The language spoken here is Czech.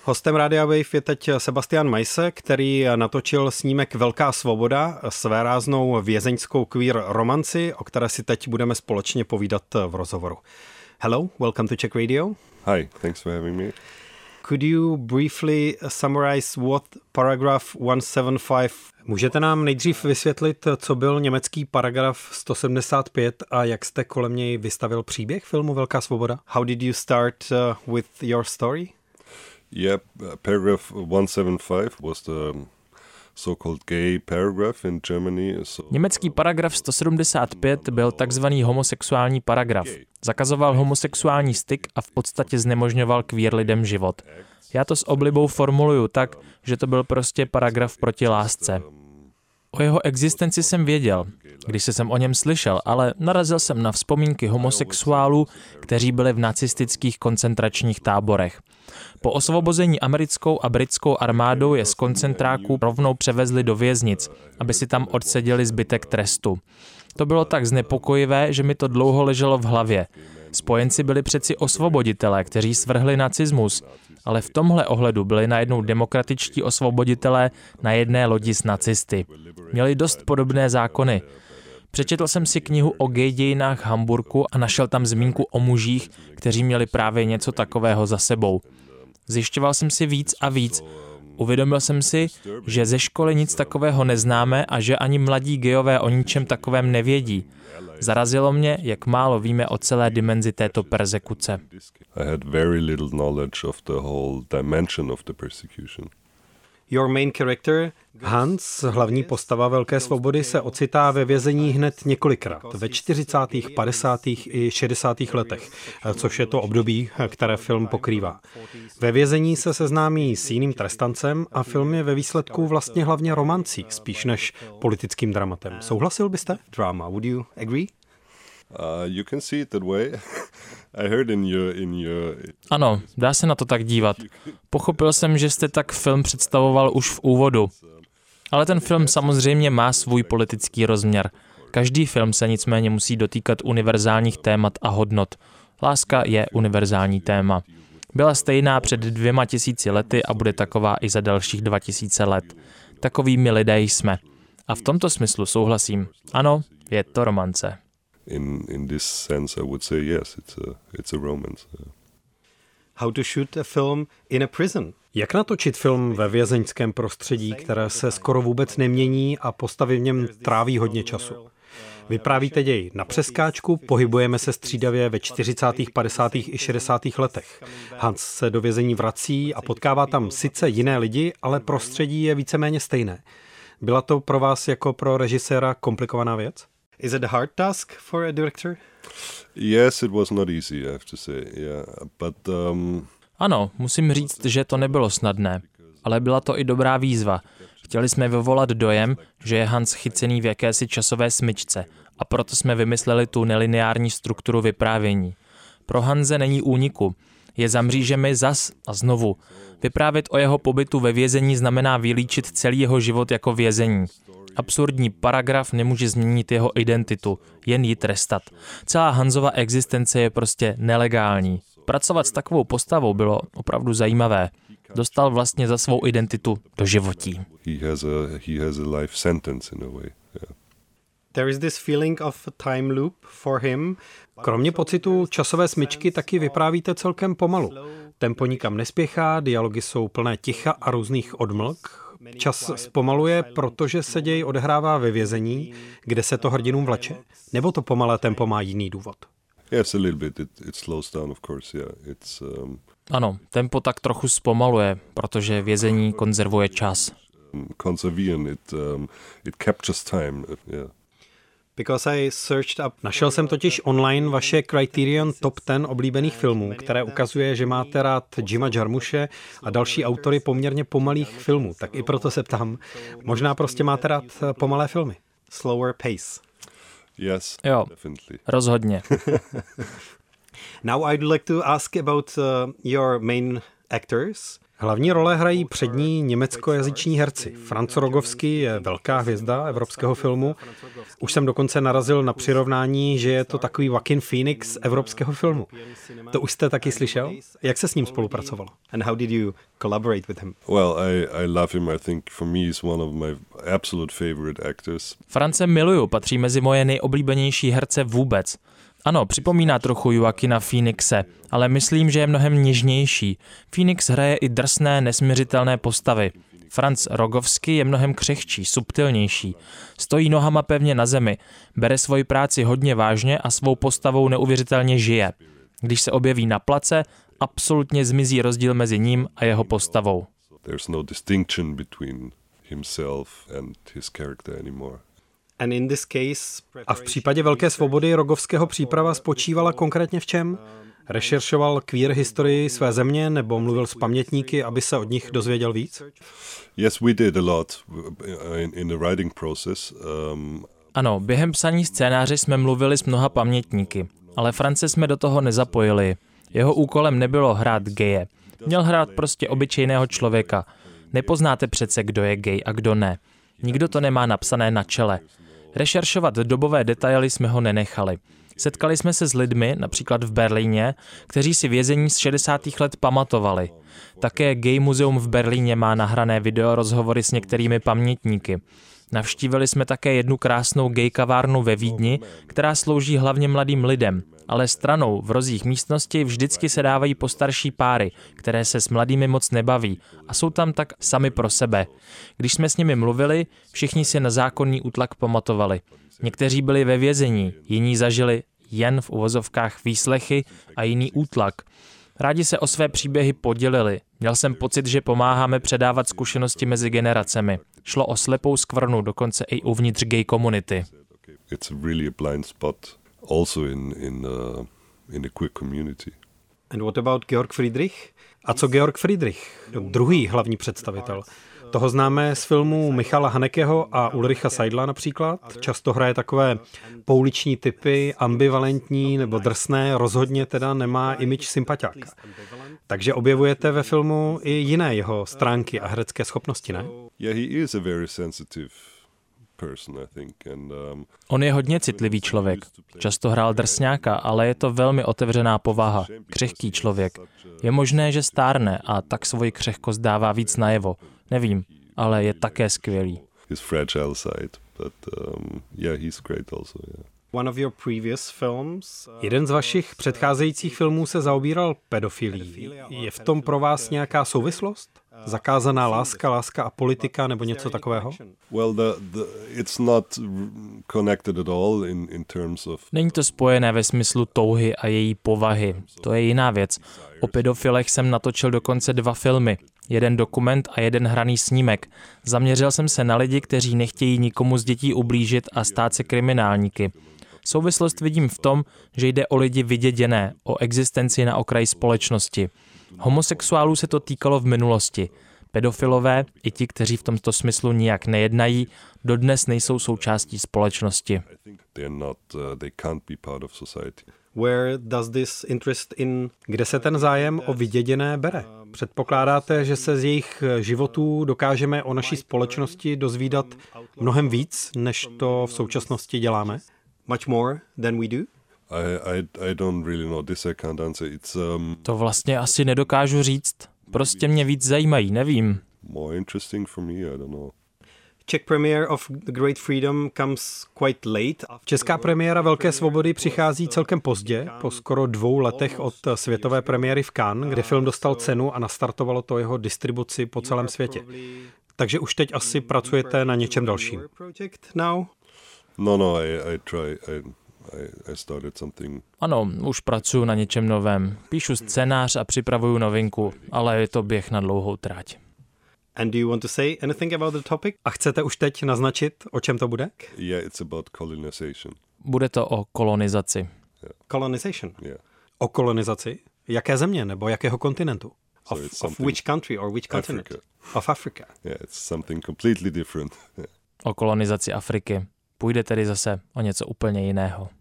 Hostem Rádia Wave je teď Sebastian Majse, který natočil snímek Velká svoboda, svéráznou vězeňskou queer romanci, o které si teď budeme společně povídat v rozhovoru. Hello, welcome to Czech Radio. Hi, thanks for having me. Could you briefly summarize what paragraph 175? Můžete nám nejdřív vysvětlit, co byl německý paragraf 175 a jak jste kolem něj vystavil příběh filmu Velká svoboda? How did you start with your story? Yeah, paragraph 175 was the so-called gay paragraph in Germany. Německý paragraf 175 byl takzvaný homosexuální paragraf. Zakazoval homosexuální styk a v podstatě znemožňoval queer lidem život. Já to s oblibou formuluju tak, že to byl prostě paragraf proti lásce. O jeho existenci jsem věděl, když jsem o něm slyšel, ale narazil jsem na vzpomínky homosexuálů, kteří byli v nacistických koncentračních táborech. Po osvobození americkou a britskou armádou je z koncentráků rovnou převezli do věznic, aby si tam odseděli zbytek trestu. To bylo tak znepokojivé, že mi to dlouho leželo v hlavě. Spojenci byli přeci osvoboditelé, kteří svrhli nacismus, ale v tomhle ohledu byli najednou demokratičtí osvoboditelé na jedné lodi s nacisty. Měli dost podobné zákony. Přečetl jsem si knihu o gay dějinách Hamburku a našel tam zmínku o mužích, kteří měli právě něco takového za sebou. Zjišťoval jsem si víc a víc. Uvědomil jsem si, že ze školy nic takového neznáme a že ani mladí gayové o ničem takovém nevědí. Zarazilo mě, jak málo víme o celé dimenzi této persekuce. I had very little knowledge of the whole dimension of the persecution. Your main character, Hans, hlavní postava Velké svobody, se ocitá ve vězení hned několikrát, ve 40., 50. i 60. letech, což je to období, které film pokrývá. Ve vězení se seznámí s jiným trestancem a film je ve výsledku vlastně hlavně romancí, spíš než politickým dramatem. Souhlasil byste? Drama, would you agree? You can see it that way. I heard in your. Ano, dá se na to tak dívat. Pochopil jsem, že jste tak film představoval už v úvodu. Ale ten film samozřejmě má svůj politický rozměr. Každý film se nicméně musí dotýkat univerzálních témat a hodnot. Láska je univerzální téma. Byla stejná před 2000 lety a bude taková i za dalších 2000 let. Takovými lidé jsme. A v tomto smyslu souhlasím. Ano, je to romance. In this sense, I would say yes, it's a romance. How to shoot a film in a prison? Jak natočit film ve vězeňském prostředí, které se skoro vůbec nemění a postavy v něm tráví hodně času? Vyprávíte děj na přeskáčku, pohybujeme se střídavě ve 40., 50. i 60. letech. Hans se do vězení vrací a potkává tam sice jiné lidi, ale prostředí je víceméně stejné. Byla to pro vás jako pro režiséra komplikovaná věc? Is it a hard task for a director? Yes, it was not easy, I have to say. Yeah, but Ano, musím říct, že to nebylo snadné, ale byla to i dobrá výzva. Chtěli jsme vyvolat dojem, že je Hans chycený v jakési časové smyčce a proto jsme vymysleli tu nelineární strukturu vyprávění. Pro Hanse není úniku. Je za mřížemi zas a znovu. Vyprávět o jeho pobytu ve vězení znamená vylíčit celý jeho život jako vězení. Absurdní paragraf nemůže změnit jeho identitu, jen ji trestat. Celá Hansova existence je prostě nelegální. Pracovat s takovou postavou bylo opravdu zajímavé. Dostal vlastně za svou identitu do životí. He has a life sentence in a way. Yeah. There is this feeling of a time loop for him. Kromě pocitu časové smyčky taky vyprávíte celkem pomalu. Tempo nikam nespěchá, dialogy jsou plné ticha a různých odmlk. Čas zpomaluje, protože se děj odehrává ve vězení, kde se to hrdinům vleče. Nebo to pomalé tempo má jiný důvod? Yes, a little bit. It slows down, of course. Yeah, it's. Ano, tempo tak trochu zpomaluje, protože vězení konzervuje čas. Conservieren, it captures time. Yeah. Because I searched up. Našel jsem totiž online vaše Criterion Top 10 oblíbených filmů, které ukazuje, že máte rád Jima Jarmusche a další autory poměrně pomalých filmů. Tak i proto se ptám, možná prostě máte rád pomalé filmy. Slower pace. Yes, jo, definitely. Rozhodně. Now I'd like to ask about your main actors. Hlavní role hrají přední německojazyční herci. Franz Rogowski je velká hvězda evropského filmu. Už jsem dokonce narazil na přirovnání, že je to takový Joaquin Phoenix evropského filmu. To už jste taky slyšel? Jak se s ním spolupracovalo? And how did you collaborate with him? Well, I love him. I think for me he's one of my absolute favorite actors. France miluju, patří mezi moje nejoblíbenější herce vůbec. Ano, připomíná trochu Joaquina Phoenixe, ale myslím, že je mnohem něžnější. Phoenix hraje i drsné, nesměřitelné postavy. Franz Rogowski je mnohem křehčí, subtilnější. Stojí nohama pevně na zemi, bere svoji práci hodně vážně a svou postavou neuvěřitelně žije. Když se objeví na place, absolutně zmizí rozdíl mezi ním a jeho postavou. There's no distinction between himself and his character anymore. And in this case, a v případě Velké svobody Rogowského příprava spočívala konkrétně v čem? Rešeršoval queer historii své země nebo mluvil s pamětníky, aby se od nich dozvěděl víc? Yes, we did a lot in the writing process. Ano, během psaní scénáře jsme mluvili s mnoha pamětníky, ale France jsme do toho nezapojili. Jeho úkolem nebylo hrát geje. Měl hrát prostě obyčejného člověka. Nepoznáte přece, kdo je gay a kdo ne. Nikdo to nemá napsané na čele. Rešeršovat dobové detaily jsme ho nenechali. Setkali jsme se s lidmi, například v Berlíně, kteří si vězení z 60. let pamatovali. Také Gay muzeum v Berlíně má nahrané videorozhovory s některými pamětníky. Navštívili jsme také jednu krásnou gay kavárnu ve Vídni, která slouží hlavně mladým lidem, ale stranou v rozích místnosti vždycky se dávají postarší páry, které se s mladými moc nebaví a jsou tam tak sami pro sebe. Když jsme s nimi mluvili, všichni si na zákonný útlak pamatovali. Někteří byli ve vězení, jiní zažili jen v uvozovkách výslechy a jiný útlak. Rádi se o své příběhy podělili. Měl jsem pocit, že pomáháme předávat zkušenosti mezi generacemi. Šlo o slepou skvrnu, dokonce i uvnitř gay komunity. It's really a blind spot also in the queer community. And what about Georg Friedrich? A co Georg Friedrich, druhý hlavní představitel? Toho známe z filmů Michala Hanekeho a Ulricha Seidla například. Často hraje takové pouliční typy, ambivalentní nebo drsné, rozhodně teda nemá image sympatiáka. Takže objevujete ve filmu i jiné jeho stránky a herecké schopnosti, ne? Yeah, he is a very sensitive person, I think. On je hodně citlivý člověk. Často hrál drsňáka, ale je to velmi otevřená povaha. Křehký člověk. Je možné, že stárne a tak svoji křehkost dává víc najevo. Nevím, ale je také skvělý. His fragile side, but yeah, he's great also, yeah. One of your previous films, jeden z vašich předcházejících filmů se zaobíral pedofilií. Je v tom pro vás nějaká souvislost? Zakázaná láska, láska a politika nebo něco takového? Well, it's not connected at all in terms of... Není to spojené ve smyslu touhy a její povahy. To je jiná věc. O pedofilech jsem natočil dokonce 2 filmy. Jeden dokument a jeden hraný snímek. Zaměřil jsem se na lidi, kteří nechtějí nikomu z dětí ublížit a stát se kriminálníky. Souvislost vidím v tom, že jde o lidi vyděděné, o existenci na okraji společnosti. Homosexuálů se to týkalo v minulosti. Pedofilové, i ti, kteří v tomto smyslu nijak nejednají, dodnes nejsou součástí společnosti. Where does this interest kde se ten zájem o vyděděné bere? Předpokládáte, že se z jejich životů dokážeme o naší společnosti dozvídat mnohem víc, než to v současnosti děláme? Much more than we do? I don't really know. This I can't answer. It's To vlastně asi nedokážu říct. Prostě mě víc zajímají, nevím. More interesting for me, I don't know. Czech premiere of The Great Freedom comes quite late. Česká premiéra Velké svobody přichází celkem pozdě, po skoro 2 letech od světové premiéry v Cannes, kde film dostal cenu a nastartovalo to jeho distribuci po celém světě. Takže už teď asi pracujete na něčem dalším. No, I try. I started something. Ano, už pracuji na něčem novém. Píšu scénář a připravuju novinku, ale je to běh na dlouhou trať. And do you want to say anything about the topic? A chcete už teď naznačit, o čem to bude? Yeah, it's about colonization. Bude to o kolonizaci. Yeah. Colonization? Yeah. O kolonizaci? Jaké země nebo jakého kontinentu? Of which country or which continent? Africa. Of Africa. Yeah, it's something completely different. O kolonizaci Afriky. Půjde tedy zase o něco úplně jiného.